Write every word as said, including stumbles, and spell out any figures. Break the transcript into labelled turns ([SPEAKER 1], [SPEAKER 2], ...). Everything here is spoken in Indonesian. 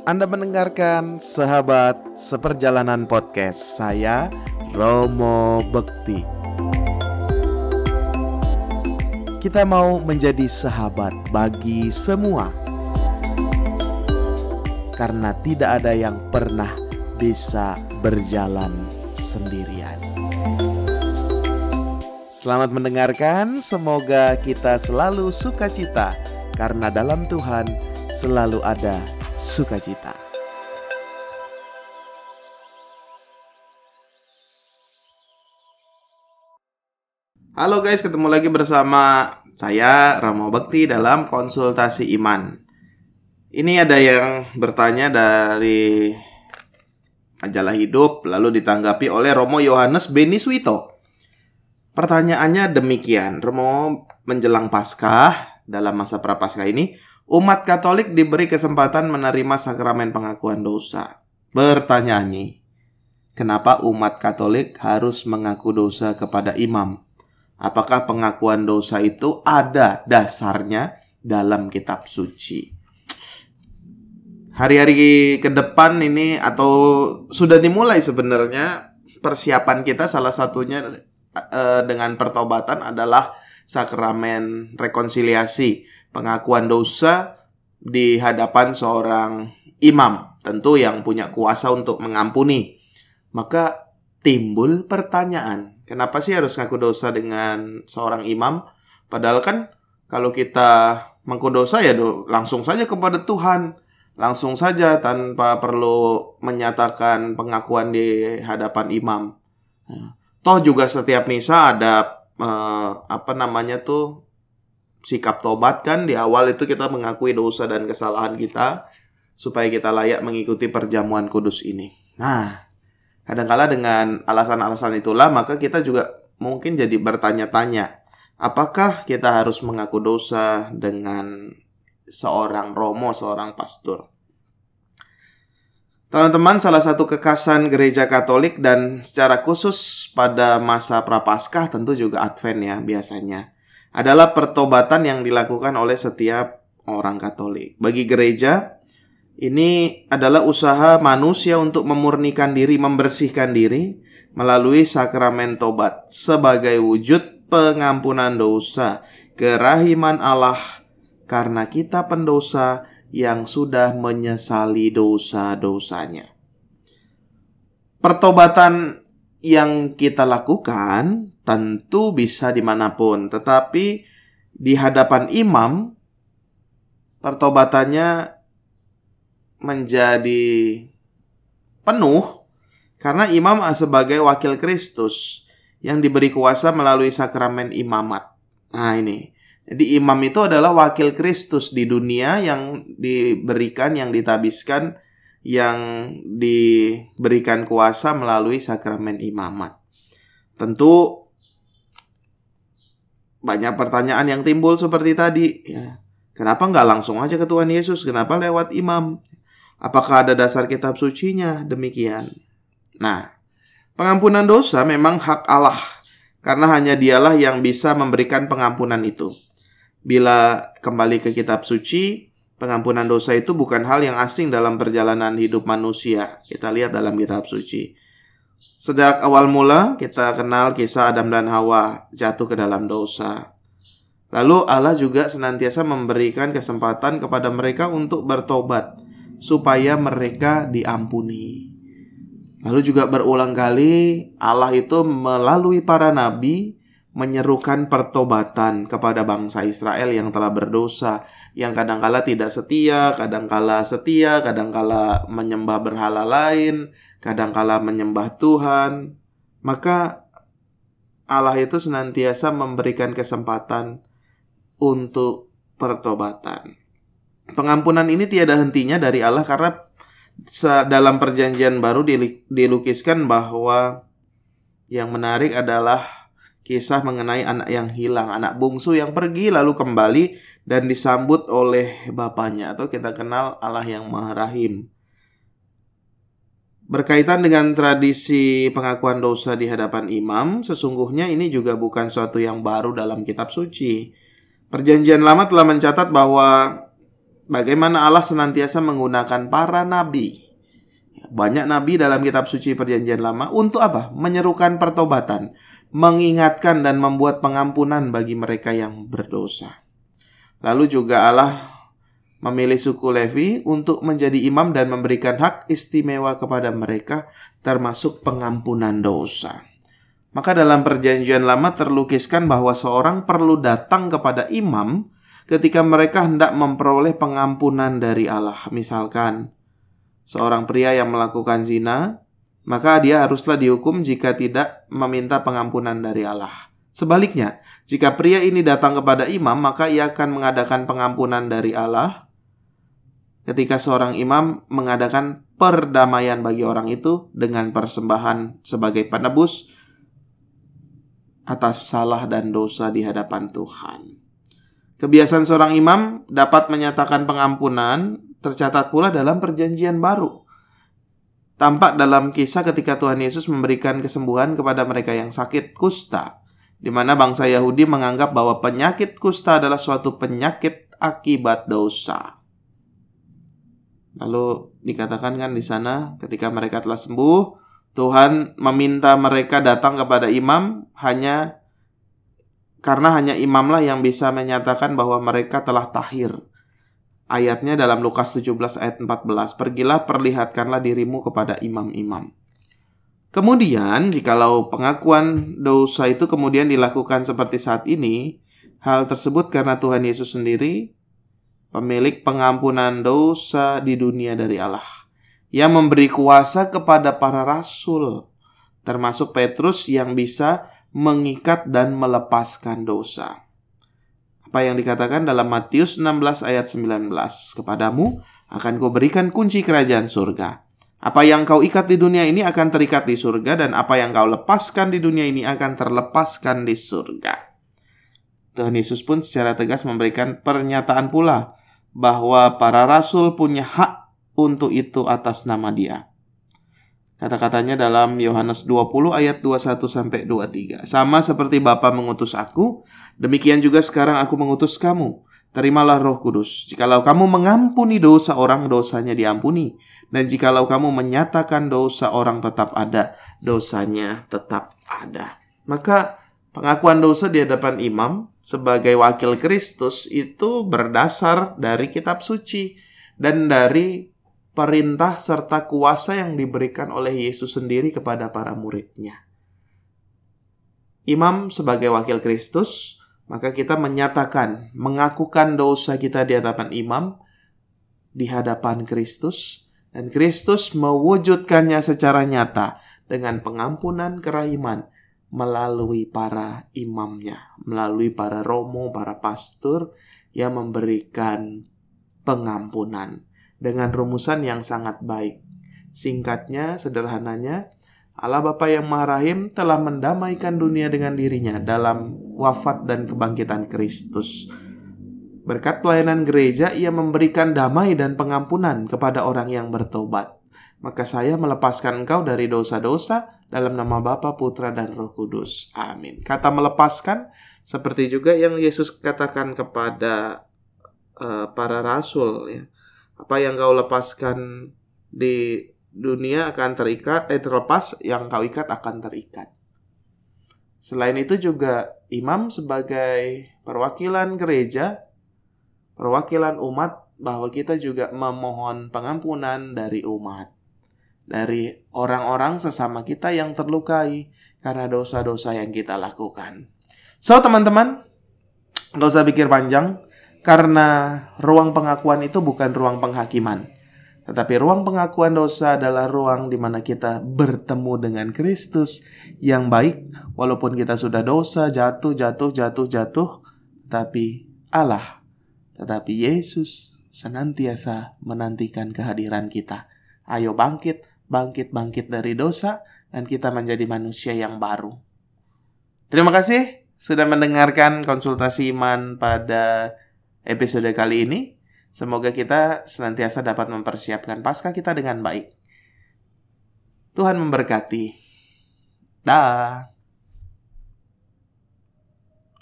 [SPEAKER 1] Anda mendengarkan Sahabat Seperjalanan Podcast. Saya Romo Bekti. Kita mau menjadi sahabat bagi semua, karena tidak ada yang pernah bisa berjalan sendirian. Selamat mendengarkan, semoga kita selalu sukacita, karena dalam Tuhan selalu ada sukacita. Halo guys, ketemu lagi bersama saya Romo Bekti dalam konsultasi iman. Ini ada yang bertanya dari majalah Hidup, lalu ditanggapi oleh Romo Yohanes Beniswito. Pertanyaannya demikian, Romo, menjelang Paskah, dalam masa Prapaskah ini, umat Katolik diberi kesempatan menerima sakramen pengakuan dosa. Pertanyaannya, kenapa umat Katolik harus mengaku dosa kepada imam? Apakah pengakuan dosa itu ada dasarnya dalam kitab suci? Hari-hari ke depan ini, atau sudah dimulai sebenarnya, persiapan kita salah satunya eh, dengan pertobatan adalah sakramen rekonsiliasi, pengakuan dosa di hadapan seorang imam, tentu yang punya kuasa untuk mengampuni. Maka timbul pertanyaan, kenapa sih harus ngaku dosa dengan seorang imam? Padahal kan kalau kita mengaku dosa ya do, langsung saja kepada Tuhan, langsung saja tanpa perlu menyatakan pengakuan di hadapan imam. Toh juga setiap misa ada eh, apa namanya tuh sikap tobat kan. Di awal itu kita mengakui dosa dan kesalahan kita supaya kita layak mengikuti perjamuan kudus ini. Nah, kadang-kala dengan alasan-alasan itulah maka kita juga mungkin jadi bertanya-tanya, apakah kita harus mengaku dosa dengan seorang romo, seorang pastor? Teman-teman, salah satu kekhasan gereja Katolik dan secara khusus pada masa Prapaskah, tentu juga Advent ya biasanya, adalah pertobatan yang dilakukan oleh setiap orang Katolik. Bagi gereja, ini adalah usaha manusia untuk memurnikan diri, membersihkan diri melalui sakramen tobat sebagai wujud pengampunan dosa, kerahiman Allah karena kita pendosa yang sudah menyesali dosa-dosanya. Pertobatan yang kita lakukan tentu bisa dimanapun, tetapi di hadapan imam, pertobatannya menjadi penuh karena imam sebagai wakil Kristus yang diberi kuasa melalui sakramen imamat. Nah ini, jadi imam itu adalah wakil Kristus di dunia yang diberikan, yang ditabiskan, yang diberikan kuasa melalui sakramen imamat. Tentu banyak pertanyaan yang timbul seperti tadi. Ya, kenapa nggak langsung aja ke Tuhan Yesus? Kenapa lewat imam? Apakah ada dasar kitab sucinya? Demikian. Nah, pengampunan dosa memang hak Allah, karena hanya Dialah yang bisa memberikan pengampunan itu. Bila kembali ke kitab suci, pengampunan dosa itu bukan hal yang asing dalam perjalanan hidup manusia. Kita lihat dalam kitab suci. Sejak awal mula kita kenal kisah Adam dan Hawa jatuh ke dalam dosa. Lalu Allah juga senantiasa memberikan kesempatan kepada mereka untuk bertobat supaya mereka diampuni. Lalu juga berulang kali Allah itu melalui para nabi menyerukan pertobatan kepada bangsa Israel yang telah berdosa, yang kadangkala tidak setia, kadangkala setia, kadangkala menyembah berhala lain, kadangkala menyembah Tuhan. Maka Allah itu senantiasa memberikan kesempatan untuk pertobatan. Pengampunan ini tiada hentinya dari Allah, karena dalam perjanjian baru dilukiskan bahwa yang menarik adalah kisah mengenai anak yang hilang, anak bungsu yang pergi lalu kembali dan disambut oleh bapaknya, atau kita kenal Allah yang Maha Rahim. Berkaitan dengan tradisi pengakuan dosa di hadapan imam, sesungguhnya ini juga bukan suatu yang baru dalam kitab suci. Perjanjian Lama telah mencatat bahwa bagaimana Allah senantiasa menggunakan para nabi. Banyak nabi dalam kitab suci Perjanjian Lama untuk apa? Menyerukan pertobatan, mengingatkan dan membuat pengampunan bagi mereka yang berdosa. Lalu juga Allah memilih suku Levi untuk menjadi imam dan memberikan hak istimewa kepada mereka, termasuk pengampunan dosa. Maka dalam Perjanjian Lama terlukiskan bahwa seorang perlu datang kepada imam ketika mereka hendak memperoleh pengampunan dari Allah. Misalkan seorang pria yang melakukan zina, maka dia haruslah dihukum jika tidak meminta pengampunan dari Allah. Sebaliknya, jika pria ini datang kepada imam, maka ia akan mengadakan pengampunan dari Allah ketika seorang imam mengadakan perdamaian bagi orang itu dengan persembahan sebagai penebus atas salah dan dosa di hadapan Tuhan. Kebiasaan seorang imam dapat menyatakan pengampunan tercatat pula dalam Perjanjian Baru. Tampak dalam kisah ketika Tuhan Yesus memberikan kesembuhan kepada mereka yang sakit kusta, di mana bangsa Yahudi menganggap bahwa penyakit kusta adalah suatu penyakit akibat dosa. Lalu dikatakan kan di sana ketika mereka telah sembuh, Tuhan meminta mereka datang kepada imam hanya karena hanya imamlah yang bisa menyatakan bahwa mereka telah tahir. Ayatnya dalam Lukas tujuh belas ayat empat belas, pergilah perlihatkanlah dirimu kepada imam-imam. Kemudian, jikalau pengakuan dosa itu kemudian dilakukan seperti saat ini, hal tersebut karena Tuhan Yesus sendiri, pemilik pengampunan dosa di dunia dari Allah, yang memberi kuasa kepada para rasul, termasuk Petrus yang bisa mengikat dan melepaskan dosa. Apa yang dikatakan dalam Matius enam belas ayat sembilan belas, kepadamu akan kuberikan kunci kerajaan surga. Apa yang kau ikat di dunia ini akan terikat di surga, dan apa yang kau lepaskan di dunia ini akan terlepaskan di surga. Tuhan Yesus pun secara tegas memberikan pernyataan pula bahwa para rasul punya hak untuk itu atas nama Dia. Kata-katanya dalam Yohanes dua puluh ayat dua puluh satu sampai dua puluh tiga. Sama seperti Bapa mengutus aku, demikian juga sekarang aku mengutus kamu. Terimalah Roh Kudus. Jikalau kamu mengampuni dosa orang, dosanya diampuni. Dan jikalau kamu menyatakan dosa orang tetap ada, dosanya tetap ada. Maka pengakuan dosa di hadapan imam sebagai wakil Kristus itu berdasar dari kitab suci dan dari perintah serta kuasa yang diberikan oleh Yesus sendiri kepada para muridnya. Imam sebagai wakil Kristus, maka kita menyatakan, mengakukan dosa kita di hadapan imam, di hadapan Kristus, dan Kristus mewujudkannya secara nyata dengan pengampunan kerahiman melalui para imamnya, melalui para romo, para pastor yang memberikan pengampunan dengan rumusan yang sangat baik. Singkatnya, sederhananya, Allah Bapa yang Maha Rahim telah mendamaikan dunia dengan dirinya dalam wafat dan kebangkitan Kristus. Berkat pelayanan gereja, Ia memberikan damai dan pengampunan kepada orang yang bertobat. Maka saya melepaskan engkau dari dosa-dosa dalam nama Bapa, Putra, dan Roh Kudus. Amin. Kata melepaskan seperti juga yang Yesus katakan kepada uh, para rasul, ya. Apa yang kau lepaskan di dunia akan terikat, eh terlepas, yang kau ikat akan terikat. Selain itu juga imam sebagai perwakilan gereja, perwakilan umat, bahwa kita juga memohon pengampunan dari umat, dari orang-orang sesama kita yang terlukai karena dosa-dosa yang kita lakukan. So teman-teman, gak usah pikir panjang. Karena ruang pengakuan itu bukan ruang penghakiman, tetapi ruang pengakuan dosa adalah ruang di mana kita bertemu dengan Kristus yang baik. Walaupun kita sudah dosa, jatuh, jatuh, jatuh, jatuh, tapi Allah, tetapi Yesus senantiasa menantikan kehadiran kita. Ayo bangkit, bangkit, bangkit dari dosa, dan kita menjadi manusia yang baru. Terima kasih sudah mendengarkan konsultasi iman pada episode kali ini. Semoga kita senantiasa dapat mempersiapkan Paskah kita dengan baik. Tuhan memberkati. Dah.